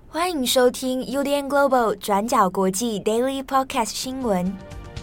欢迎收听 UDN Global 转角国际 Daily Podcast 新闻。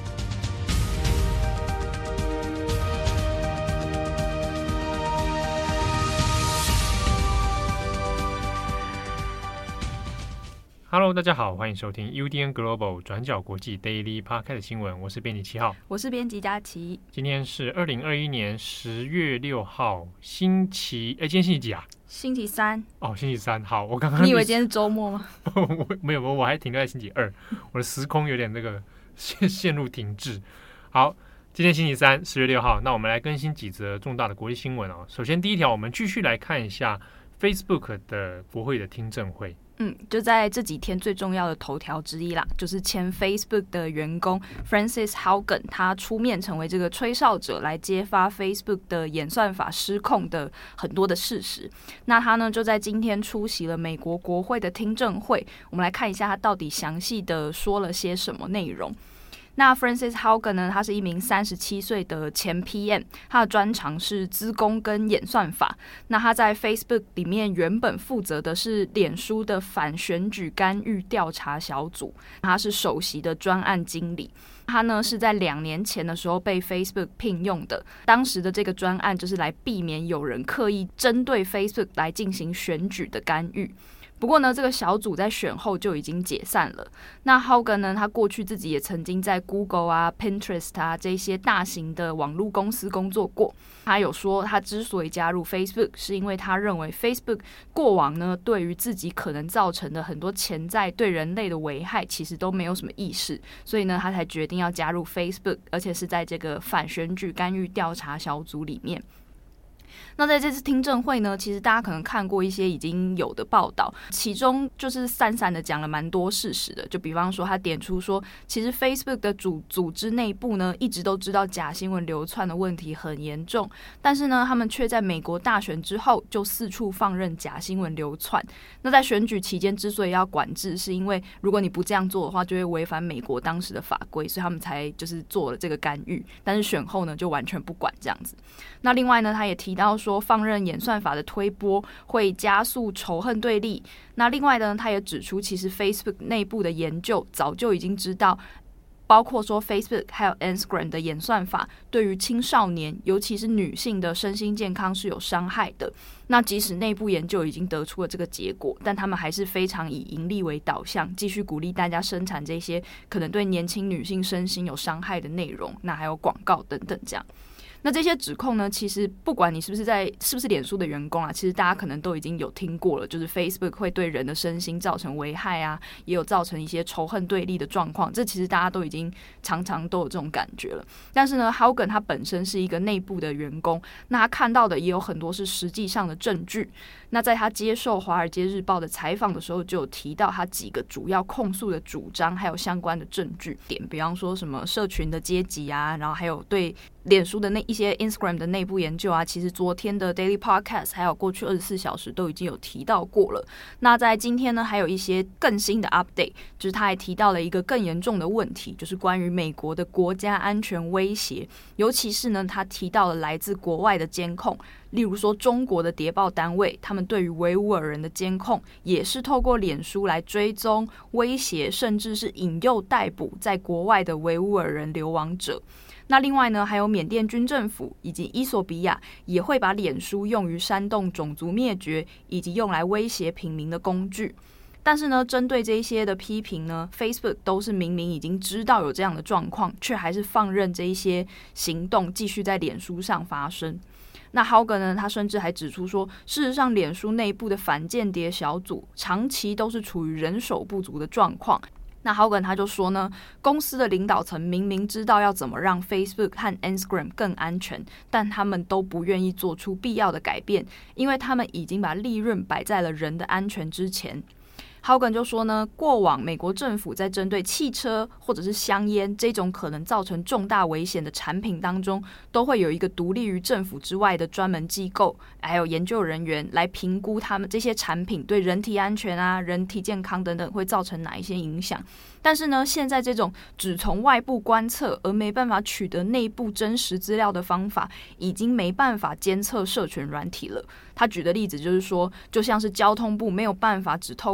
Hello， 大家好，欢迎收听 UDN Global 转角国际 Daily Podcast 新闻，我是编辑7号， 我是编辑佳琪。今天是2021年10月6号，今天星期几啊？ 星期三。 哦，星期三。好，我刚刚你以为今天是周末吗？ 没有，我还停留在星期二，我的时空有点那个陷入停滞。好，今天星期三10月6号，那我们来更新几则重大的国际新闻哦。首先第一条，我们继续来看一下 Facebook 的国会的听证会。 就在这几天最重要的头条之一啦，就是前 Facebook 的员工 Frances Haugen 他出面成为这个吹哨者，来揭发 Facebook 的演算法失控的很多的事实。那他呢就在今天出席了美国国会的听证会，我们来看一下他到底详细的说了些什么内容。那 Frances Haugen 呢，他是一名37岁的前 PM， 他的专长是资工跟演算法。那他在 Facebook 里面原本负责的是脸书的反选举干预调查小组，他是首席的专案经理。他呢是在2年前的时候被 Facebook 聘用的，当时的这个专案就是来避免有人刻意针对 Facebook 来进行选举的干预。不过呢，这个小组在选后就已经解散了。那 Haugen 呢，他过去自己也曾经在 Google 啊、Pinterest 啊这些大型的网络公司工作过。他有说，他之所以加入 Facebook， 是因为他认为 Facebook 过往呢对于自己可能造成的很多潜在对人类的危害，其实都没有什么意识，所以呢，他才决定要加入 Facebook， 而且是在这个反选举干预调查小组里面。那在这次听证会呢，其实大家可能看过一些已经有的报道，其中就是散散的讲了蛮多事实的。就比方说，他点出说，其实 Facebook 的组织内部呢，一直都知道假新闻流窜的问题很严重，但是呢，他们却在美国大选之后就四处放任假新闻流窜。那在选举期间之所以要管制，是因为如果你不这样做的话，就会违反美国当时的法规，所以他们才就是做了这个干预。但是选后呢，就完全不管这样子。那另外呢，他也提到说，放任演算法的推播会加速仇恨对立。那另外呢，他也指出，其实 Facebook 内部的研究早就已经知道，包括说 Facebook 还有 Instagram 的演算法对于青少年，尤其是女性的身心健康是有伤害的。那即使内部研究已经得出了这个结果，但他们还是非常以盈利为导向，继续鼓励大家生产这些可能对年轻女性身心有伤害的内容，那还有广告等等这样。那这些指控呢，其实不管你是不是脸书的员工啊，其实大家可能都已经有听过了，就是 Facebook 会对人的身心造成危害啊，也有造成一些仇恨对立的状况，这其实大家都已经常常都有这种感觉了。但是呢 Haugen 他本身是一个内部的员工，那他看到的也有很多是实际上的证据。那在他接受华尔街日报的采访的时候，就有提到他几个主要控诉的主张，还有相关的证据点，比方说什么社群的阶级啊，然后还有对脸书的那一些 Instagram 的内部研究啊，其实昨天的 Daily Podcast 还有过去24小时都已经有提到过了。那在今天呢，还有一些更新的 update， 就是他还提到了一个更严重的问题，就是关于美国的国家安全威胁，尤其是呢，他提到了来自国外的监控。例如说中国的谍报单位，他们对于维吾尔人的监控也是透过脸书来追踪、威胁，甚至是引诱逮捕在国外的维吾尔人流亡者。那另外呢，还有缅甸军政府以及伊索比亚也会把脸书用于煽动种族灭绝以及用来威胁平民的工具。但是呢，针对这些的批评呢 ，Facebook 都是明明已经知道有这样的状况，却还是放任这一些行动继续在脸书上发生。那 Haugen 呢，他甚至还指出说，事实上脸书内部的反间谍小组长期都是处于人手不足的状况。那 Haugen 他就说呢，公司的领导层明明知道要怎么让 Facebook 和 Instagram 更安全，但他们都不愿意做出必要的改变，因为他们已经把利润摆在了人的安全之前。Haugen 就说呢，过往美国政府在针对汽车或者是香烟这种可能造成重大危险的产品当中，都会有一个独立于政府之外的专门机构，还有研究人员来评估他们这些产品对人体安全啊、人体健康等等会造成哪一些影响。但是呢，现在这种只从外部观测而没办法取得内部真实资料的方法，已经没办法监测社群软体了。他举的例子就是说，就像是交通部没有办法只透过观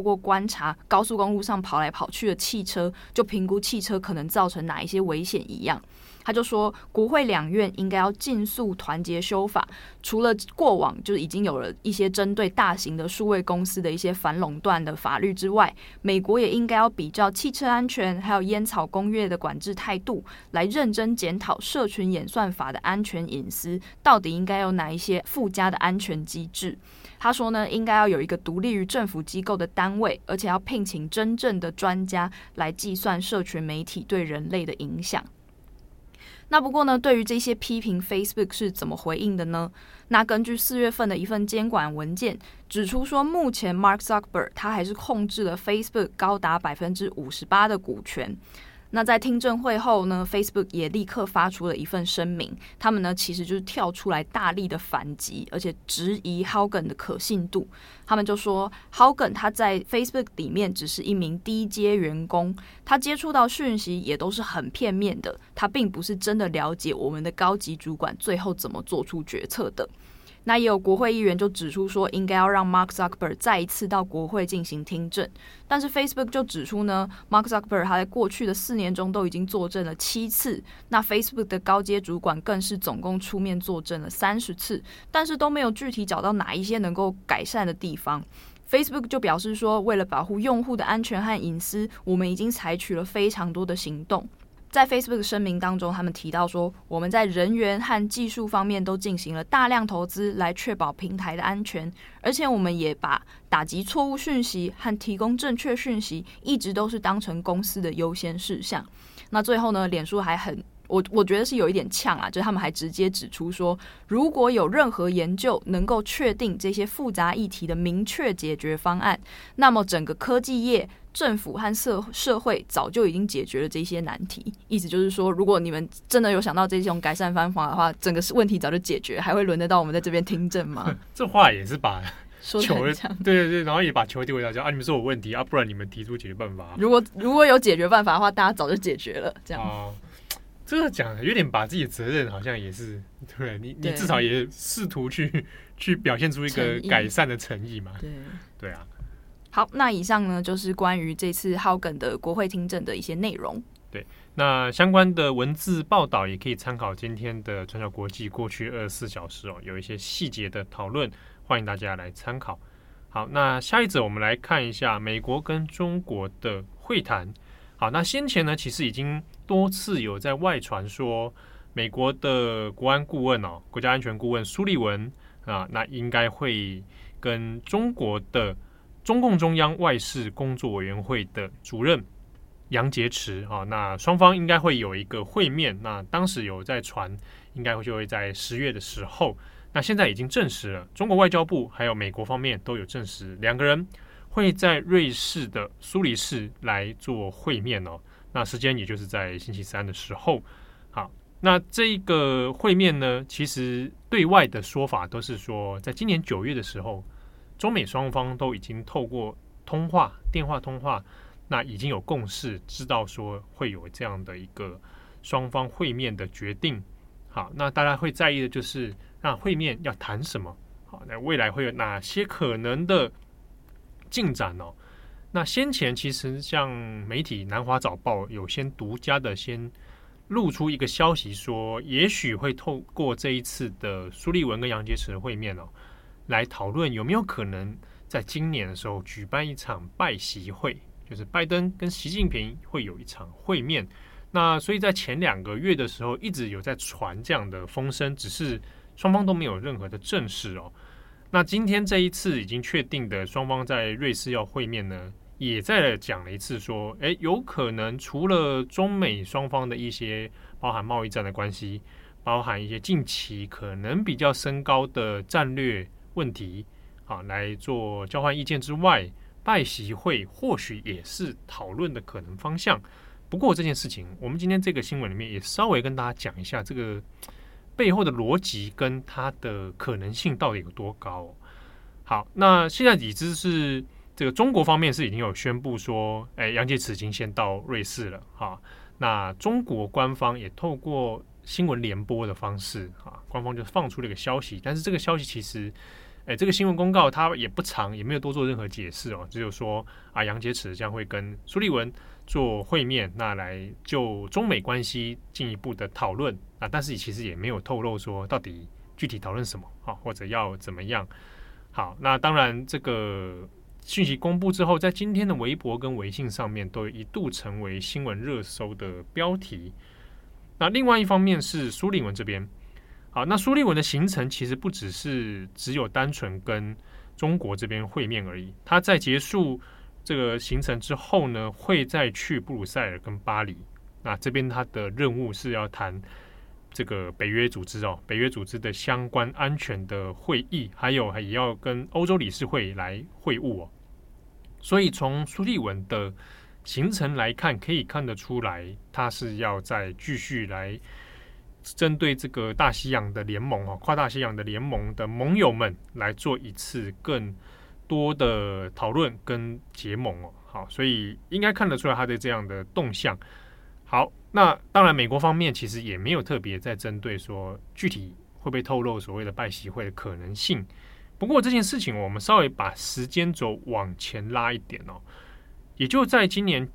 观察高速公路上跑来跑去的汽车，就评估汽车可能造成哪一些危险一样。他就说，国会两院应该要尽速团结修法，除了过往就已经有了一些针对大型的数位公司的一些反垄断的法律之外，美国也应该要比照汽车安全还有烟草工业的管制态度，来认真检讨社群演算法的安全隐私到底应该有哪一些附加的安全机制。他说呢，应该要有一个独立于政府机构的单位，而且要聘请真正的专家来计算社群媒体对人类的影响。那不过呢，对于这些批评 ，Facebook 是怎么回应的呢？那根据4月份的一份监管文件指出说，目前 Mark Zuckerberg 他还是控制了 Facebook 高达58%的股权。那在听证会后呢 ，Facebook 也立刻发出了一份声明，他们呢其实就是跳出来大力的反击，而且质疑 Haugen 的可信度。他们就说 Haugen 他在 Facebook 里面只是一名低阶员工，他接触到讯息也都是很片面的，他并不是真的了解我们的高级主管最后怎么做出决策的。那也有国会议员就指出说，应该要让 Mark Zuckerberg 再一次到国会进行听证，但是 Facebook 就指出呢 ，Mark Zuckerberg 他在过去的4年中都已经作证了7次，那 Facebook 的高阶主管更是总共出面作证了30次，但是都没有具体找到哪一些能够改善的地方。Facebook 就表示说，为了保护用户的安全和隐私，我们已经采取了非常多的行动。在 Facebook 声明当中，他们提到说，我们在人员和技术方面都进行了大量投资来确保平台的安全，而且我们也把打击错误讯息和提供正确讯息一直都是当成公司的优先事项。那最后呢，脸书还我觉得是有一点呛啊，就是他们还直接指出说，如果有任何研究能够确定这些复杂议题的明确解决方案，那么整个科技业、政府和社会早就已经解决了这些难题。意思就是说，如果你们真的有想到这种改善方法的话，整个问题早就解决，还会轮得到我们在这边听证吗？ 这话也是把球对，然后也把球丢回大家啊！你们说有问题啊，不然你们提出解决办法。 如果有解决办法的话，大家早就解决了。这样这个讲有点把自己的责任好像也是对你至少也试图去表现出一个改善的诚意嘛。对啊。 好，那以上呢就是关于这次 Haugen 的国会听证的一些内容。 对，那相关的文字报道也可以参考今天的转角国际过去24小时有一些细节的讨论，欢迎大家来参考。好，那下一则我们来看一下美国跟中国的会谈。好，那先前呢，其实已经多次有在外传说，美国的国安顾问国家安全顾问苏利文那应该会跟中国的中共中央外事工作委员会的主任杨洁篪那双方应该会有一个会面。那当时有在传，应该就会在10月的时候。那现在已经证实了，中国外交部还有美国方面都有证实，两个人会在瑞士的苏黎世来做会面那时间也就是在星期3的时候。好，那这个会面呢，其实对外的说法都是说，在今年9月的时候，中美双方都已经透过电话通话，那已经有共识，知道说会有这样的一个双方会面的决定。好，那大家会在意的就是那会面要谈什么？好，那未来会有哪些可能的进展那先前其实像媒体南华早报有独家的先露出一个消息说，也许会透过这一次的苏利文跟杨洁篪的会面来讨论有没有可能在今年的时候举办一场拜习会，就是拜登跟习近平会有一场会面。那所以在前2个月的时候一直有在传这样的风声，只是双方都没有任何的证实那今天这一次已经确定的双方在瑞士要会面呢，也再讲了一次说，有可能除了中美双方的一些包含贸易战的关系，包含一些近期可能比较升高的战略问题来做交换意见之外，拜习会或许也是讨论的可能方向。不过这件事情我们今天这个新闻里面也稍微跟大家讲一下这个背后的逻辑跟它的可能性到底有多高好，那现在已知是这个中国方面是已经有宣布说，杨洁篪已经先到瑞士了那中国官方也透过新闻联播的方式官方就放出了一个消息，但是这个消息其实这个新闻公告它也不长，也没有多做任何解释哦，只有说杨洁篪将会跟苏立文做会面，那来就中美关系进一步的讨论但是其实也没有透露说到底具体讨论什么或者要怎么样。好，那当然这个讯息公布之后，在今天的微博跟微信上面都一度成为新闻热搜的标题。那另外一方面是苏立文这边，好，那苏立文的行程其实不只有单纯跟中国这边会面而已，他在结束这个行程之后呢，会再去布鲁塞尔跟巴黎。那这边他的任务是要谈这个北约组织北约组织的相关安全的会议，还有也要跟欧洲理事会来会晤所以从苏立文的行程来看，可以看得出来，他是要再继续来针对这个大西洋的联盟跨大西洋的联盟的盟友们来做一次更多的讨论跟结盟好，所以应该看得出来他的这样的动向。好，那当然美国方面其实也没有特别在针对说具体会被透露所谓的拜习会的可能性。不过这件事情我们稍微把时间轴往前拉一点也就在今年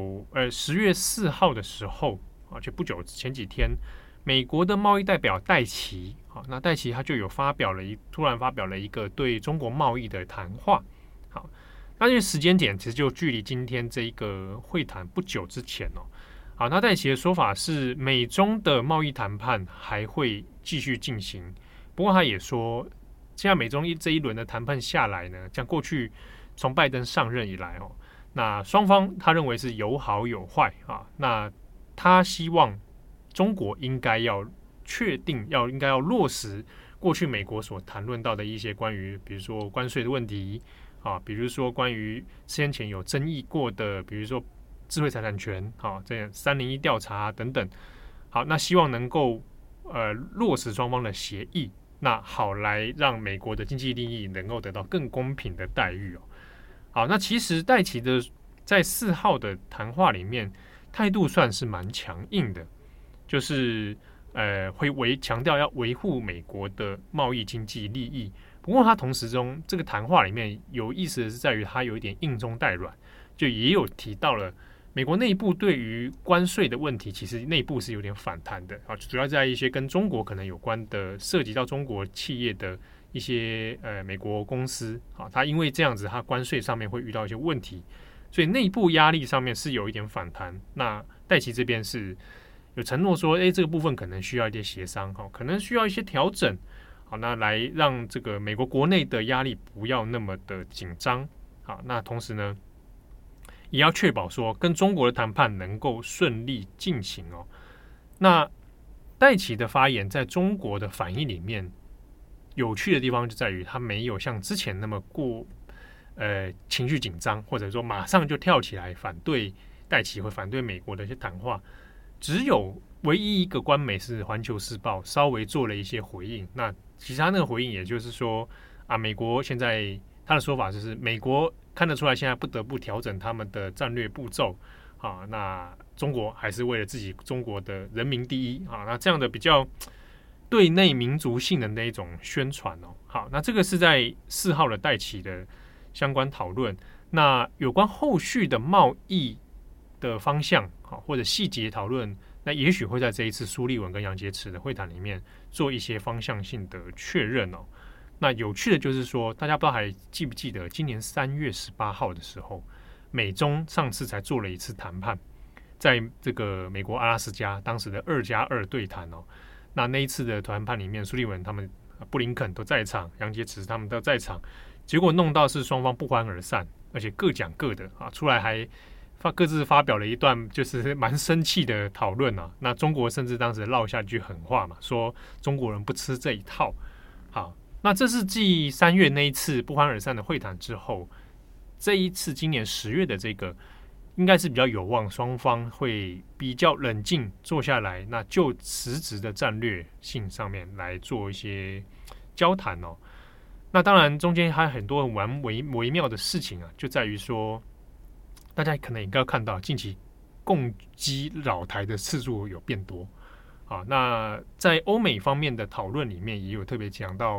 10月4号的时候就不久前几天，美国的贸易代表戴琪那戴琪他就有突然发表了一个对中国贸易的谈话。好，那这个时间点其实就距离今天这一个会谈不久之前好，那戴琪的说法是美中的贸易谈判还会继续进行，不过他也说现在美中这一轮的谈判下来呢，像过去从拜登上任以来那双方他认为是有好有坏那他希望中国应该要确定应该要落实过去美国所谈论到的一些关于比如说关税的问题比如说关于先前有争议过的，比如说智慧财产权这样301调查等等。好，那希望能够落实双方的协议，那好来让美国的经济利益能够得到更公平的待遇好，那其实戴琪的在4号的谈话里面态度算是蛮强硬的，就是会强调要维护美国的贸易经济利益。不过他同时中这个谈话里面有意思的是在于他有一点硬中带软，就也有提到了美国内部对于关税的问题，其实内部是有点反弹的主要在一些跟中国可能有关的涉及到中国企业的一些美国公司它因为这样子它关税上面会遇到一些问题，所以内部压力上面是有一点反弹。那戴琪这边是有承诺说这个部分可能需要一些协商可能需要一些调整好，那来让这个美国国内的压力不要那么的紧张好，那同时呢也要确保说跟中国的谈判能够顺利进行那戴琪的发言在中国的反应里面有趣的地方就在于他没有像之前那么情绪紧张，或者说马上就跳起来反对戴琪或反对美国的一些谈话，只有唯一一个官媒是环球时报稍微做了一些回应。那其实他那个回应也就是说美国现在他的说法就是美国看得出来现在不得不调整他们的战略步骤那中国还是为了自己中国的人民第一那这样的比较对内民族性的那一种宣传好，那这个是在4号的戴琪的相关讨论。那有关后续的贸易的方向或者细节讨论，那也许会在这一次苏立文跟杨洁篪的会谈里面做一些方向性的确认那有趣的就是说，大家不知道还记不记得今年3月18号的时候，美中上次才做了一次谈判，在这个美国阿拉斯加当时的2+2对谈那一次的谈判里面，苏立文他们布林肯都在场，杨洁篪他们都在场，结果弄到是双方不欢而散，而且各讲各的出来还各自发表了一段就是蛮生气的讨论那中国甚至当时落下一句狠话嘛，说中国人不吃这一套。好，那这是继3月那一次不欢而散的会谈之后，这一次今年10月的这个应该是比较有望双方会比较冷静坐下来，那就实质的战略性上面来做一些交谈那当然中间还有很多很微妙的事情就在于说大家可能应该看到近期共机扰台的次数有变多那在欧美方面的讨论里面也有特别讲到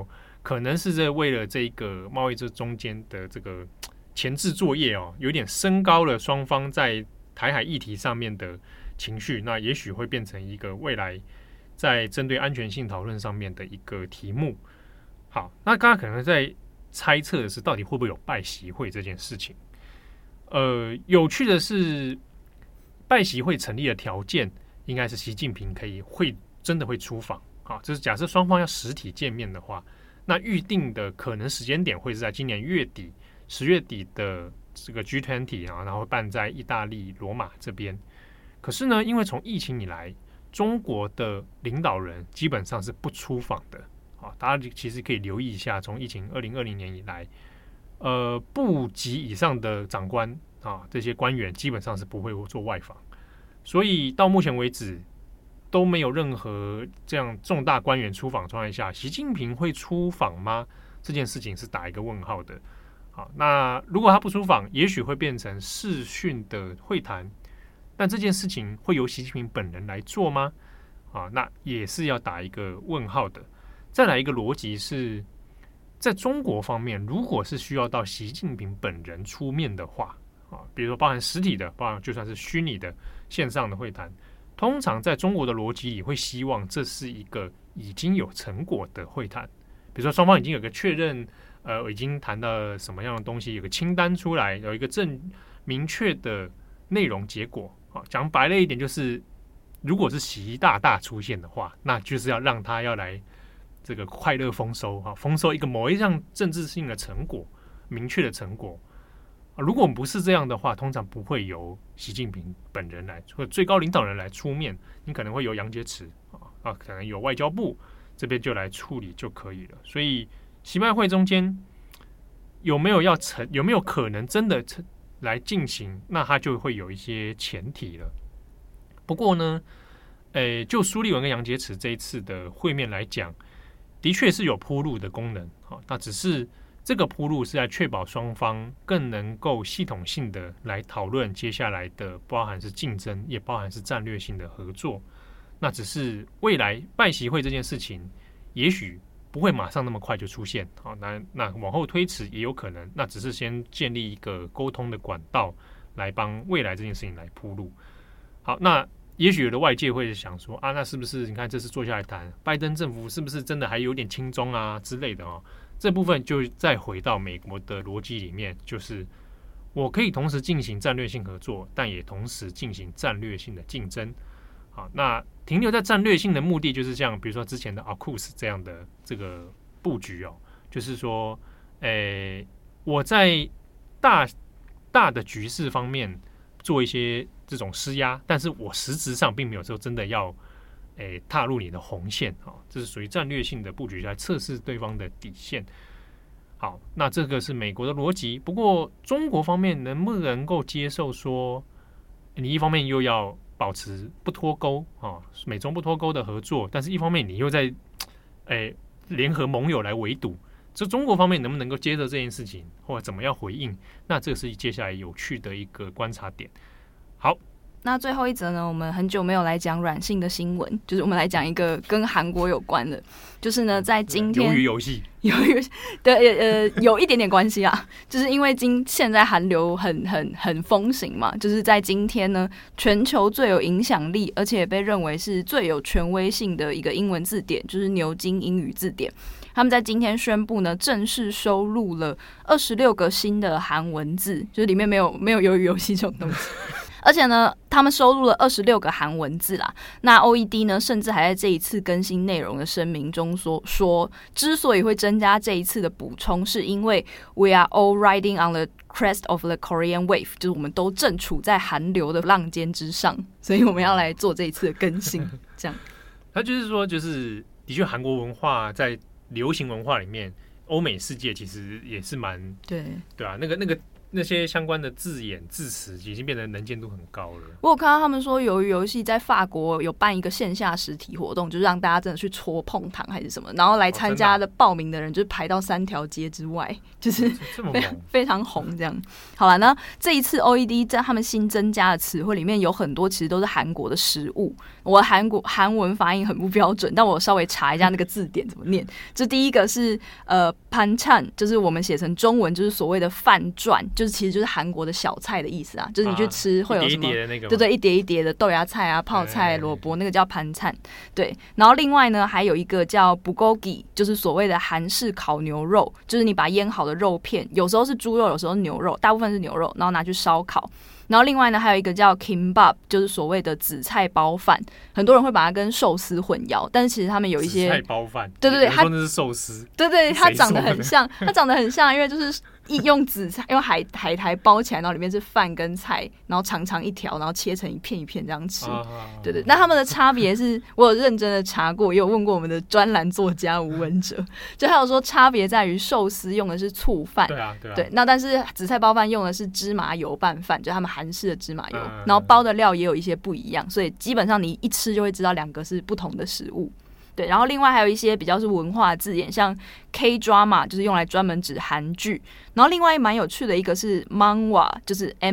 可能是为了这个贸易这中间的这个前置作业哦，有点升高了双方在台海议题上面的情绪，那也许会变成一个未来在针对安全性讨论上面的一个题目。好，那刚刚可能在猜测的是，到底会不会有拜习会这件事情？有趣的是，拜习会成立的条件应该是习近平会真的会出访。好，就是假设双方要实体见面的话，那预定的可能时间点会是在今年月底10月底的这个 G20 啊，然后办在意大利罗马这边。可是呢，因为从疫情以来，中国的领导人基本上是不出访的。啊，大家其实可以留意一下，从疫情2020年以来，部级以上的长官啊，这些官员基本上是不会做外访，所以到目前为止都没有任何这样重大官员出访状态下，习近平会出访吗？这件事情是打一个问号的。好，那如果他不出访，也许会变成视讯的会谈，但这件事情会由习近平本人来做吗？啊，那也是要打一个问号的。再来一个逻辑是，在中国方面，如果是需要到习近平本人出面的话，啊，比如说包含实体的，包含就算是虚拟的线上的会谈，通常在中国的逻辑里会希望这是一个已经有成果的会谈，比如说双方已经有个确认，已经谈到什么样的东西，有个清单出来，有一个明确的内容结果。啊，讲白了一点，就是如果是习大大出现的话，那就是要让他要来这个快乐丰收哈，丰收某一项政治性的成果，明确的成果。如果不是这样的话，通常不会由习近平本人来或者最高领导人来出面，你可能会由杨洁篪可能有外交部这边就来处理就可以了。所以习拜会中间有没有可能真的来进行，那它就会有一些前提了。不过呢，就苏立文跟杨洁篪这一次的会面来讲，的确是有铺路的功能，那只是这个铺路是在确保双方更能够系统性的来讨论接下来的，包含是竞争，也包含是战略性的合作。那只是未来拜习会这件事情，也许不会马上那么快就出现，那往后推迟也有可能。那只是先建立一个沟通的管道，来帮未来这件事情来铺路。好，那也许有的外界会想说啊，那是不是你看这次坐下来谈，拜登政府是不是真的还有点亲中啊之类的哦？这部分就再回到美国的逻辑里面，就是我可以同时进行战略性合作，但也同时进行战略性的竞争。好，那停留在战略性的目的，就是像比如说之前的 AUKUS 这样的这个布局哦，就是说，我在大的局势方面做一些这种施压，但是我实质上并没有说真的要踏入你的红线，这是属于战略性的布局，来测试对方的底线。好，那这个是美国的逻辑。不过中国方面能不能够接受说，你一方面又要保持不脱钩美中不脱钩的合作，但是一方面你又在联合盟友来围堵，这中国方面能不能够接受这件事情，或者怎么样回应？那这是接下来有趣的一个观察点。好， 那最后一则呢，我们很久没有来讲软性的新闻，就是我们来讲一个跟韩国有关的，就是呢，在今天鱿鱼游戏， 对，有一点点关系啊，就是因为现在韩流很风行嘛，就是在今天呢，全球最有影响力，而且被认为是最有权威性的一个英文字典，就是牛津英语字典。他们在今天宣布呢，正式收录了26个新的韩文字，就是里面没有鱿鱼游戏这种东西。而且呢，他们收录了26个韩文字啦。那 OED 呢，甚至还在这一次更新内容的声明中说，之所以会增加这一次的补充，是因为 We are all riding on the crest of the Korean wave， 就是我们都正处在韩流的浪尖之上，所以我们要来做这一次的更新。这样， 他就是说，就是的确，韩国文化在流行文化里面，欧美世界其实也是蛮对啊，那个那些相关的字眼字词已经变得能见度很高了。 我有看到他们说鱿鱼游戏在法国有办一个线下实体活动，就是让大家真的去戳碰糖还是什么，然后来参加的报名的人就是排到3条街之外，就是非常红这样。好了，那这一次 OED 在他们新增加的词汇里面有很多其实都是韩国的食物，我韩文发音很不标准，但我稍微查一下那个字典怎么念。这第一个是반찬，就是我们写成中文就是所谓的饭转，就是其实就是韩国的小菜的意思啊，就是你去吃会有什么一叠一叠的那个， 对对，一叠一叠的豆芽菜啊、泡菜、萝卜，那个叫반찬。对，然后另外呢还有一个叫bulgogi，就是所谓的韩式烤牛肉，就是你把腌好的肉片，有时候是猪肉，有时候是牛肉，大部分是牛肉，然后拿去烧烤。然后另外呢还有一个叫 kimbap， 就是所谓的紫菜包饭，很多人会把它跟寿司混淆，但是其实他们有一些紫菜包饭， 对对对， 他说那是寿司， 对对，它长得很像，因为就是用紫菜用海苔包起来，然后里面是饭跟菜，然后长长一条，然后切成一片一片这样吃。对对，那他们的差别是我有认真的查过，也有问过我们的专栏作家吴文哲，就还有说差别在于寿司用的是醋饭， 对啊， 对，那但是紫菜包饭用的是芝麻油拌饭，就他们韩式的芝麻油，然后包的料也有一些不一样，所以基本上你一吃就会知道两个是不同的食物。对，然后另外还有一些比较是文化的字眼，像 K drama 就是用来专门指韩剧，然后另外蛮有趣的一个是 manhwa， 就是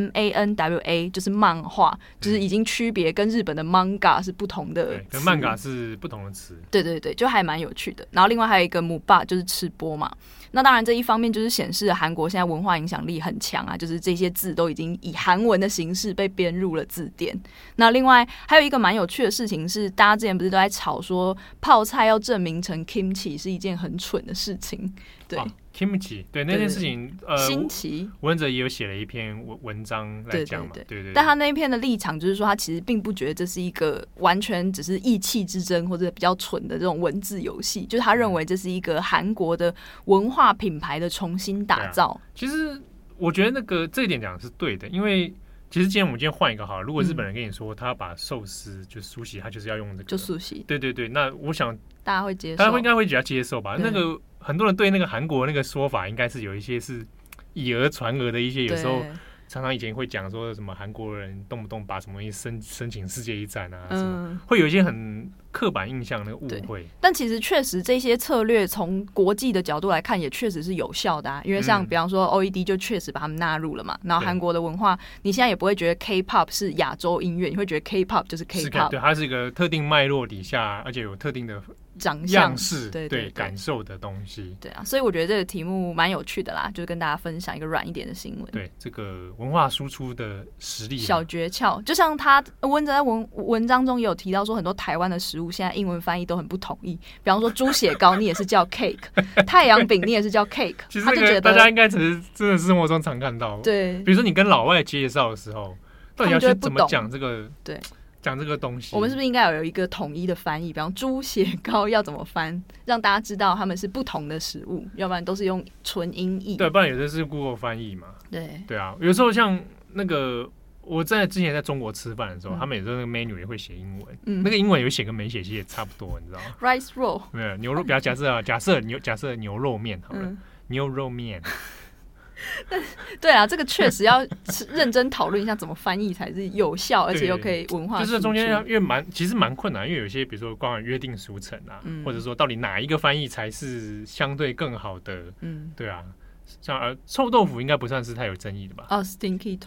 MANWA， 就是漫画，就是已经区别跟日本的 manga 是不同的词， 跟 manga 是不同的词。 对对对，就还蛮有趣的。然后另外还有一个 mukbang， 就是吃播嘛。那当然这一方面就是显示了韩国现在文化影响力很强啊，就是这些字都已经以韩文的形式被编入了字典。那另外还有一个蛮有趣的事情是，大家之前不是都在吵说泡菜要证明成 kimchi 是一件很蠢的事情，对。 kimchi， 对那件事情， 新奇文哲也有写了一篇文章来讲嘛，对。 但他那一篇的立场就是说，他其实并不觉得这是一个完全只是意气之争或者比较蠢的这种文字游戏，就是他认为这是一个韩国的文化品牌的重新打造。 其实我觉得这一点讲的是对的，因为其实我们今天换一个好了，如果日本人跟你说他把寿司就苏西，他就是要用这个， 就苏西， 对，那我想大家会接受， 大家应该会比较接受吧？那个很多人对那个韩国那个说法，应该是有一些是以讹传讹的一些，有时候常常以前会讲说什么韩国人动不动把什么东西申请世界一战啊，什么会有一些很刻板印象那个误会。 但其实确实这些策略从国际的角度来看，也确实是有效的啊。因为像比方说 OED 就确实把他们纳入了嘛，然后韩国的文化，你现在也不会觉得 K-pop 是亚洲音乐，你会觉得 K-pop 就是 K-pop， 对，它是一个特定脉络底下，而且有特定的长相样式，对感受的东西。 对啊，所以我觉得这个题目蛮有趣的啦，就是跟大家分享一个软一点的新闻。 对，这个文化输出的实力小诀窍，就像他文哲在文章中也有提到说，很多台湾的食物现在英文翻译都很不统一。比方说猪血糕，你也是叫 cake； 太阳饼你也是叫 cake。 其实他就觉得大家应该只是真的是生活中常看到。 对， 比如说你跟老外介绍的时候，到底要去怎么讲这个？ 对。 讲这个东西， 我们是不是应该有一个统一的翻译？比方猪血糕要怎么翻，让大家知道他们是不同的食物，要不然都是用纯音译。 对，不然有的是 Google 翻译嘛。 对啊，有时候像那个我之前在中国吃饭的时候，他们有时候那个 menu 也会写英文，那个英文有写跟没写其实也差不多，你知道吗 ？Rice roll 没有牛肉，比较假设牛肉面好了，牛肉面。 对啊，这个确实要认真讨论一下怎么翻译才是有效，而且又可以文化输出。 就是中间因为其实蛮困难，因为有些比如说光约定俗成啊，或者说到底哪一个翻译才是相对更好的，对啊。像臭豆腐应该不算是太有争议的吧 ？Stinky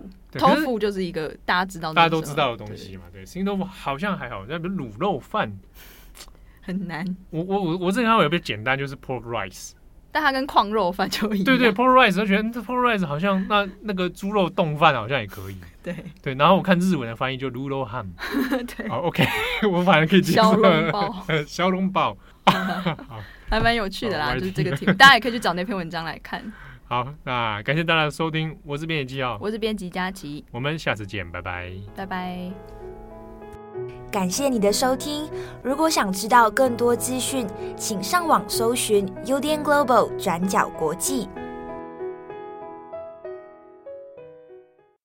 tofu 就是一个大家都知道的东西嘛。对 ，Stinky tofu 好像还好，但比如卤肉饭很难。 我这个还有比较简单，就是 pork rice。 但它跟矿肉饭就一样。 对 pork rice 我觉得 pork rice 好像那个猪肉冻饭好像也可以。对，然后我看日文的翻译就卤肉ham。对，好 OK， 我反而可以接受。小笼包， 好，还蛮有趣的啦，就是这个题目，大家也可以去找那篇文章来看。 好，那感谢大家的收听，我是编辑纪浩， 我是编辑佳琪， 我们下次见，拜拜， 拜拜。 感谢你的收听。如果想知道更多资讯，请上网搜寻 UDN Global 转角国际。